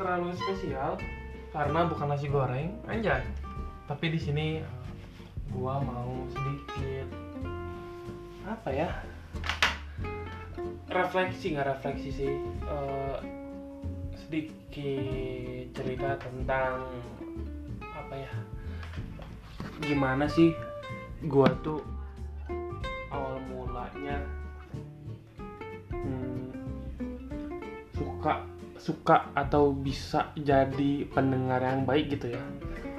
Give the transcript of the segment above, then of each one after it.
terlalu spesial karena bukan nasi goreng, anjay. Tapi di sini gua mau sedikit apa ya? Nggak refleksi sih. Sedikit cerita tentang apa ya? Gimana sih gua tuh awal mulanya suka atau bisa jadi pendengar yang baik gitu ya.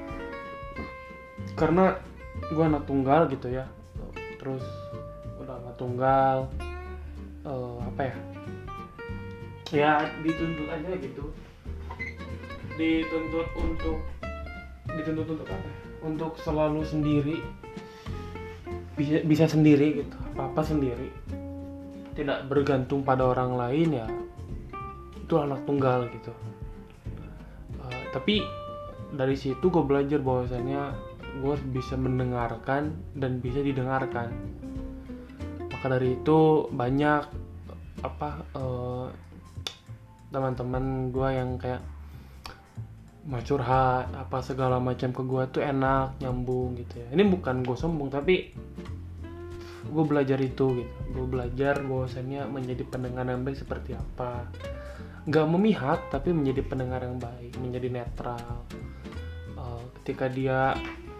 Karena gue anak tunggal gitu ya. Terus udah anak tunggal apa ya? Ya dituntut aja gitu. Dituntut untuk apa? Untuk selalu sendiri. Bisa sendiri gitu. Apa sendiri. Tidak bergantung pada orang lain ya. Itu anak tunggal gitu. Tapi dari situ gue belajar bahwasannya gue bisa mendengarkan dan bisa didengarkan. Maka dari itu banyak teman-teman gue yang kayak mau curhat apa segala macam ke gue tuh enak, nyambung gitu ya. Ini bukan gue sombong, tapi gue belajar itu gitu. Gue belajar bahwasannya menjadi pendengar yang baik seperti apa. Gak memihak, tapi menjadi pendengar yang baik, menjadi netral. Ketika dia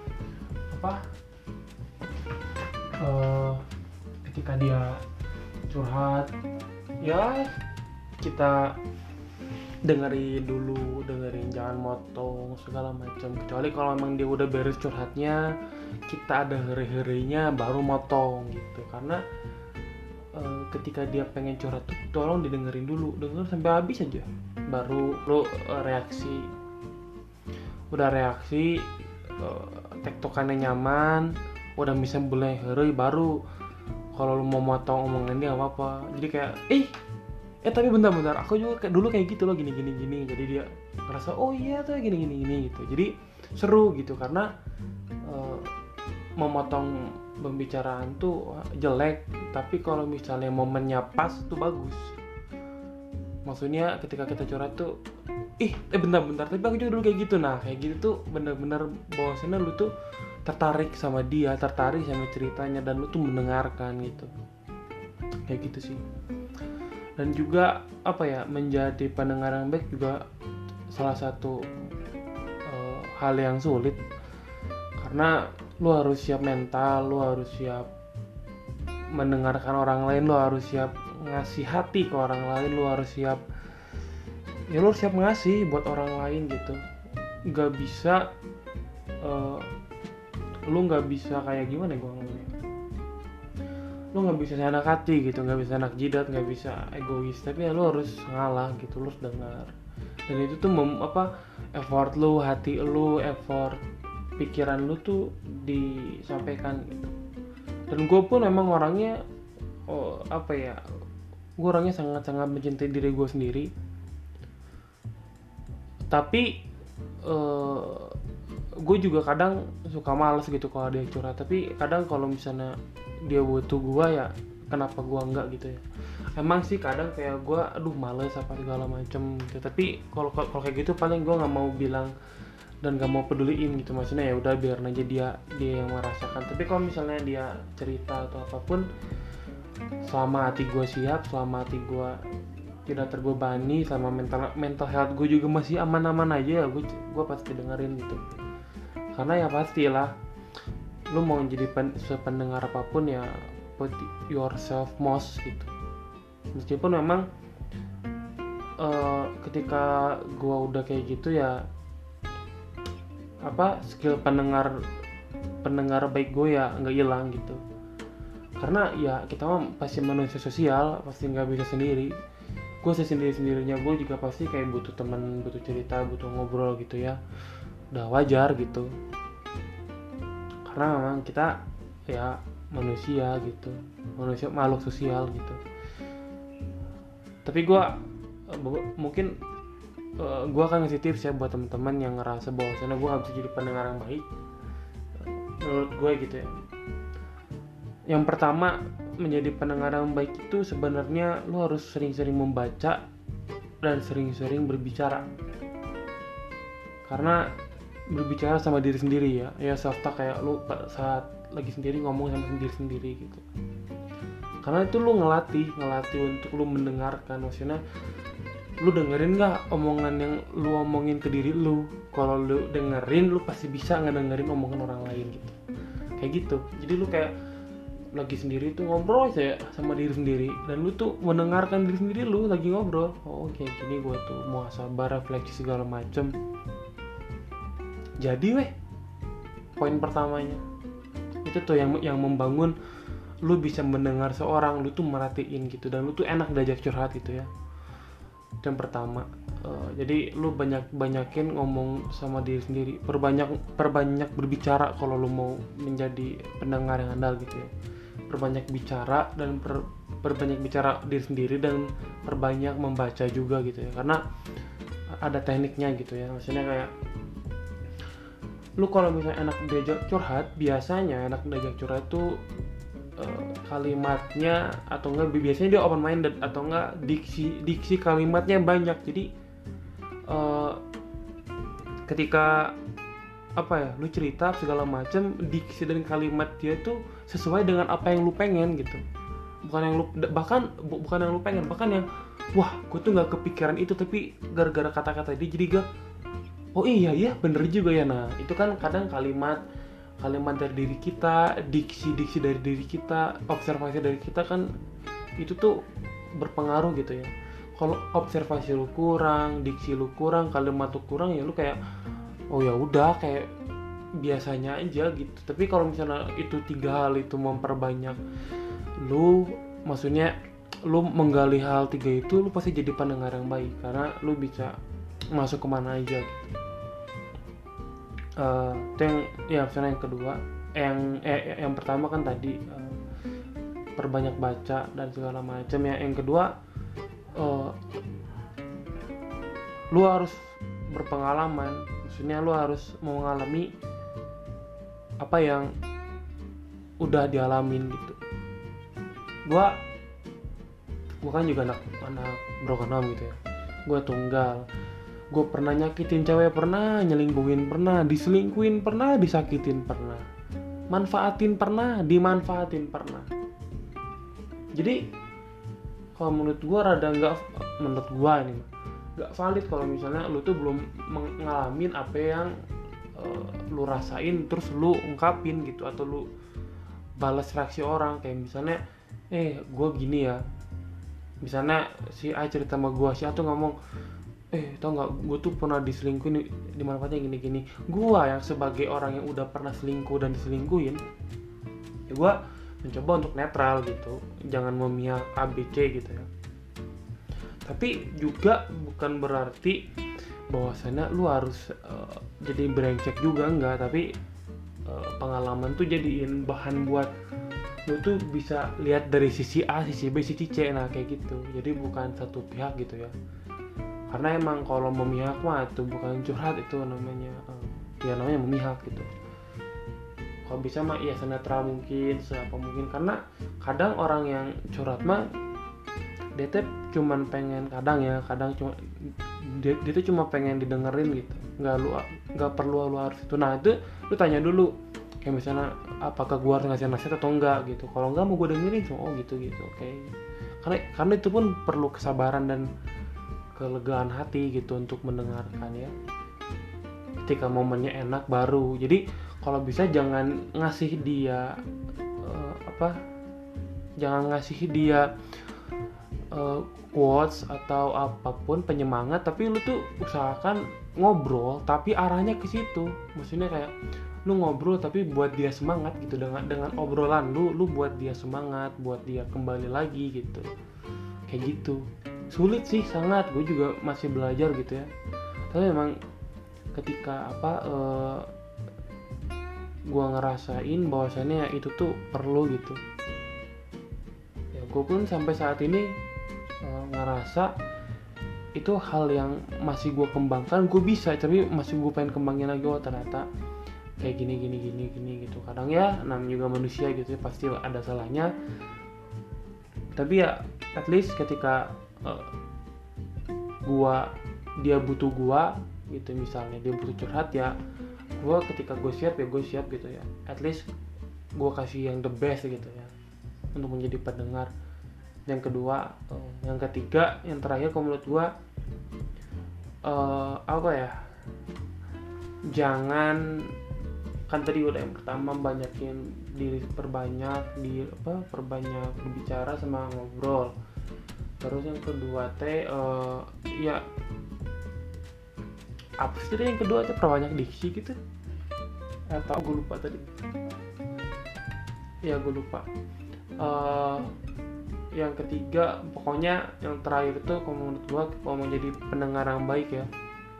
ketika dia curhat, ya kita dengerin, jangan motong segala macam. Kecuali kalau memang dia udah beres curhatnya, kita ada heri-herinya baru motong gitu. Karena ketika dia pengen curhat tuh tolong didengerin dulu, denger sampai habis aja baru lo reaksi. Udah reaksi, tektokannya nyaman, udah bisa mulai heri, baru kalau lo mau motong omongan dia apa. Jadi kayak tapi bentar aku juga dulu kayak gitu loh, gini. Jadi dia ngerasa oh iya tuh gini gitu. Jadi seru gitu karena memotong pembicaraan tuh jelek, tapi kalau misalnya momennya pas tuh bagus. Maksudnya ketika kita curhat tuh bentar tapi aku juga dulu kayak gitu. Nah kayak gitu tuh benar-benar bahwasannya lu tuh tertarik sama dia, tertarik sama ceritanya, dan lu tuh mendengarkan gitu. Kayak gitu sih. Dan juga menjadi pendengar yang baik juga salah satu hal yang sulit, karena lu harus siap mental, lu harus siap mendengarkan orang lain, lu harus siap ngasih hati ke orang lain, lu harus siap ngasih buat orang lain gitu. Lu nggak bisa kayak gimana gue ngomongnya, lu nggak bisa enak hati gitu, nggak bisa enak jidat, nggak bisa egois, tapi ya lu harus ngalah gitu, lu harus dengar. Dan itu tuh effort lu, hati lu, effort pikiran lu tuh disampaikan gitu. Dan gue pun emang orangnya gue orangnya sangat-sangat mencintai diri gue sendiri. Tapi gue juga kadang suka malas gitu kalau dia curhat. Tapi kadang kalau misalnya dia butuh gue, ya kenapa gue enggak gitu ya. Emang sih kadang kayak gue males apa segala macem gitu. Tapi kalau kayak gitu paling gue nggak mau bilang dan gak mau peduliin gitu. Maksudnya ya udah biarin aja dia yang merasakan. Tapi kalau misalnya dia cerita atau apapun, selama hati gue siap, selama hati gue tidak terbebani, selama mental health gue juga masih aman-aman aja, ya gue pasti dengerin gitu. Karena ya pastilah lu mau jadi sependengar apapun ya put yourself most gitu. Meskipun memang ketika gue udah kayak gitu ya, skill pendengar baik gue ya nggak hilang gitu. Karena ya kita mah pasti manusia sosial, pasti nggak bisa sendiri. Gue sendirinya gue juga pasti kayak butuh teman, butuh cerita, butuh ngobrol gitu ya. Udah wajar gitu. Karena memang kita ya manusia gitu, manusia makhluk sosial gitu. Tapi gue mungkin gue akan ngasih tips ya buat teman-teman yang ngerasa bahwasannya gue gak bisa jadi pendengar yang baik. Menurut gue gitu ya, yang pertama, menjadi pendengar yang baik itu sebenarnya lu harus sering-sering membaca dan sering-sering berbicara. karena berbicara sama diri sendiri ya self talk, kayak lu saat lagi sendiri ngomong sama diri sendiri gitu. Karena itu lu ngelatih untuk lu mendengarkan, maksudnya lu dengerin nggak omongan yang lu omongin ke diri lu. Kalau lu dengerin, lu pasti bisa ngedengerin omongan orang lain gitu, kayak gitu. Jadi lu kayak lagi sendiri tuh ngobrol aja sama diri sendiri, dan lu tuh mendengarkan diri sendiri lu lagi ngobrol. Oh kayak gini gue tuh muhasabah, refleksi segala macem. Jadi poin pertamanya itu tuh yang membangun lu bisa mendengar seorang, lu tuh merhatiin gitu, dan lu tuh enak diajak curhat gitu ya. Yang pertama, jadi lu banyakin ngomong sama diri sendiri, perbanyak berbicara kalau lu mau menjadi pendengar yang andal gitu ya. Perbanyak bicara dan perbanyak bicara diri sendiri, dan perbanyak membaca juga gitu ya, karena ada tekniknya gitu ya. Maksudnya kayak lu kalau misalnya enak diajak curhat, biasanya enak diajak curhat tuh kalimatnya, atau enggak biasanya dia open minded, atau enggak diksi kalimatnya banyak. Jadi ketika lu cerita segala macam, diksi dan kalimat dia tuh sesuai dengan apa yang lu pengen gitu. Bukan yang lu pengen, bahkan yang wah gue tuh nggak kepikiran itu, tapi gara-gara kata-kata dia jadi oh iya bener juga ya. Nah itu kan kadang kalimat dari diri kita, diksi dari diri kita, observasi dari kita kan itu tuh berpengaruh gitu ya. Kalau observasi lu kurang, diksi lu kurang, kalimat lu kurang, ya lu kayak oh ya udah kayak biasanya aja gitu. Tapi kalau misalnya itu 3 hal itu memperbanyak lu, maksudnya lu menggali hal 3 itu, lu pasti jadi pendengar yang baik, karena lu bisa masuk kemana aja gitu. Itu yang misalnya yang kedua, yang pertama kan tadi perbanyak baca dan segala macam ya. Yang kedua, lu harus berpengalaman, maksudnya lu harus mengalami apa yang udah dialamin gitu. Gua kan juga anak broken home gitu ya. Gua tunggal. Gue pernah nyakitin cewek, pernah nyelingkuhin, pernah diselingkuhin, pernah disakitin, pernah manfaatin, pernah dimanfaatin, pernah. Jadi kalau menurut gue nggak valid kalau misalnya lu tuh belum ngalamin apa yang lu rasain terus lu ungkapin gitu, atau lu balas reaksi orang. Kayak misalnya gue gini ya, misalnya si A cerita sama gue, si A tuh ngomong tau gak, gue tuh pernah diselingkuhin, dimanfaatnya gini-gini. Gue yang sebagai orang yang udah pernah selingkuh dan diselingkuhin, ya gue mencoba untuk netral gitu, jangan memihak ABC gitu ya. Tapi juga bukan berarti bahwasannya lu harus jadi brengsek juga, enggak. Tapi pengalaman tuh jadiin bahan buat lu tuh bisa lihat dari sisi A, sisi B, sisi C, nah kayak gitu. Jadi bukan satu pihak gitu ya. Karena emang kalau memihak mah itu bukan curhat, itu namanya namanya memihak gitu. Kalau bisa mah ya senetral mungkin, seapa mungkin. Karena kadang orang yang curhat mah dia tuh cuman pengen, kadang cuma dia tuh cuma pengen didengerin gitu. Nggak perlu lu harus itu. Nah itu lu tanya dulu, kayak misalnya apakah gua harus ngasih nasihat atau enggak gitu. Kalau enggak mau gua dengerin, oh gitu oke. Karena itu pun perlu kesabaran dan kelegaan hati gitu untuk mendengarkan ya. Ketika momennya enak baru. Jadi kalau bisa jangan ngasih dia quotes atau apapun penyemangat, tapi lu tuh usahakan ngobrol tapi arahnya ke situ. Maksudnya kayak lu ngobrol tapi buat dia semangat gitu, dengan obrolan lu buat dia semangat, buat dia kembali lagi gitu. Kayak gitu. Sulit sih sangat, gue juga masih belajar gitu ya. Tapi memang ketika gue ngerasain bahwasannya itu tuh perlu gitu ya. Gue pun sampai saat ini ngerasa itu hal yang masih gue kembangkan. Gue bisa, tapi masih gue pengen kembangin lagi. Ternyata kayak gini gitu. Kadang ya namanya juga manusia gitu ya, pasti ada salahnya. Tapi ya at least ketika dia butuh gua, gitu. Misalnya dia butuh curhat ya gue, ketika gue siap ya gue siap gitu ya, at least gue kasih yang the best gitu ya untuk menjadi pendengar. Yang kedua, yang ketiga, yang terakhir kalau menurut gue apa ya, jangan, kan tadi udah yang pertama banyakin diri, perbanyak berbicara sama ngobrol. Terus yang kedua ya apa sih tadi yang kedua perbanyak diksi gitu, atau gue lupa tadi ya, gue lupa. Yang ketiga, pokoknya yang terakhir itu kalau menurut gue, kalau mau jadi pendengar yang baik ya,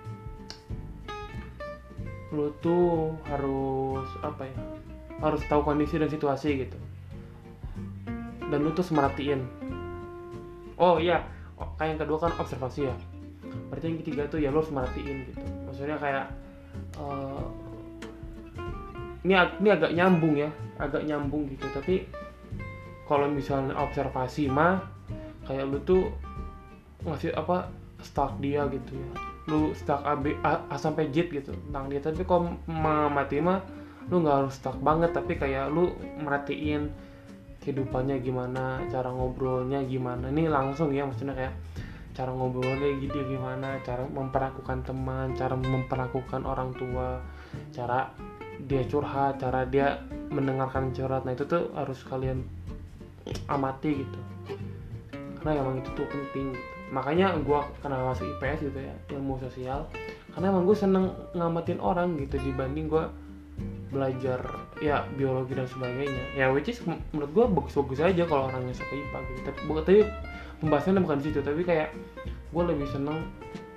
lu tuh harus harus tahu kondisi dan situasi gitu, dan lu tuh merhatiin. Kayak yang kedua kan observasi ya, berarti yang ketiga tuh ya lu harus merhatiin gitu. Maksudnya kayak ini agak nyambung gitu, tapi kalau misalnya observasi mah kayak lu tuh ngasih stuck dia gitu ya, lu stuck A sampai Z gitu tentang dia. Tapi kalau mengamati mah lu nggak harus stuck banget, tapi kayak lu merhatiin kehidupannya gimana, cara ngobrolnya gimana. Ini langsung ya, maksudnya kayak cara ngobrolnya gitu gimana, cara memperlakukan teman, cara memperlakukan orang tua, cara dia curhat, cara dia mendengarkan curhat. Nah itu tuh harus kalian amati gitu, karena emang itu tuh penting gitu. Makanya gue kenapa masuk IPS gitu ya, ilmu sosial, karena emang gue seneng ngamatin orang gitu dibanding gue belajar ya biologi dan sebagainya ya, which is menurut gue bagus-bagus aja kalau orangnya suka IPA gitu. Tapi pembahasannya bukan di situ, tapi kayak gue lebih seneng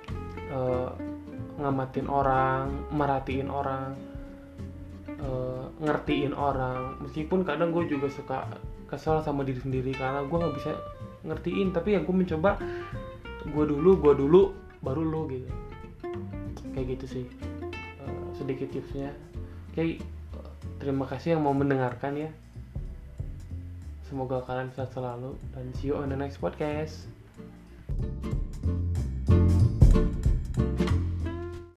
ngamatin orang, merhatiin orang, ngertiin orang. Meskipun kadang gue juga suka kesel sama diri sendiri karena gue nggak bisa ngertiin, tapi ya gue mencoba gue dulu baru lo gitu, kayak gitu sih sedikit tipsnya. Oke, terima kasih yang mau mendengarkan ya, semoga kalian sehat selalu dan see you on the next podcast.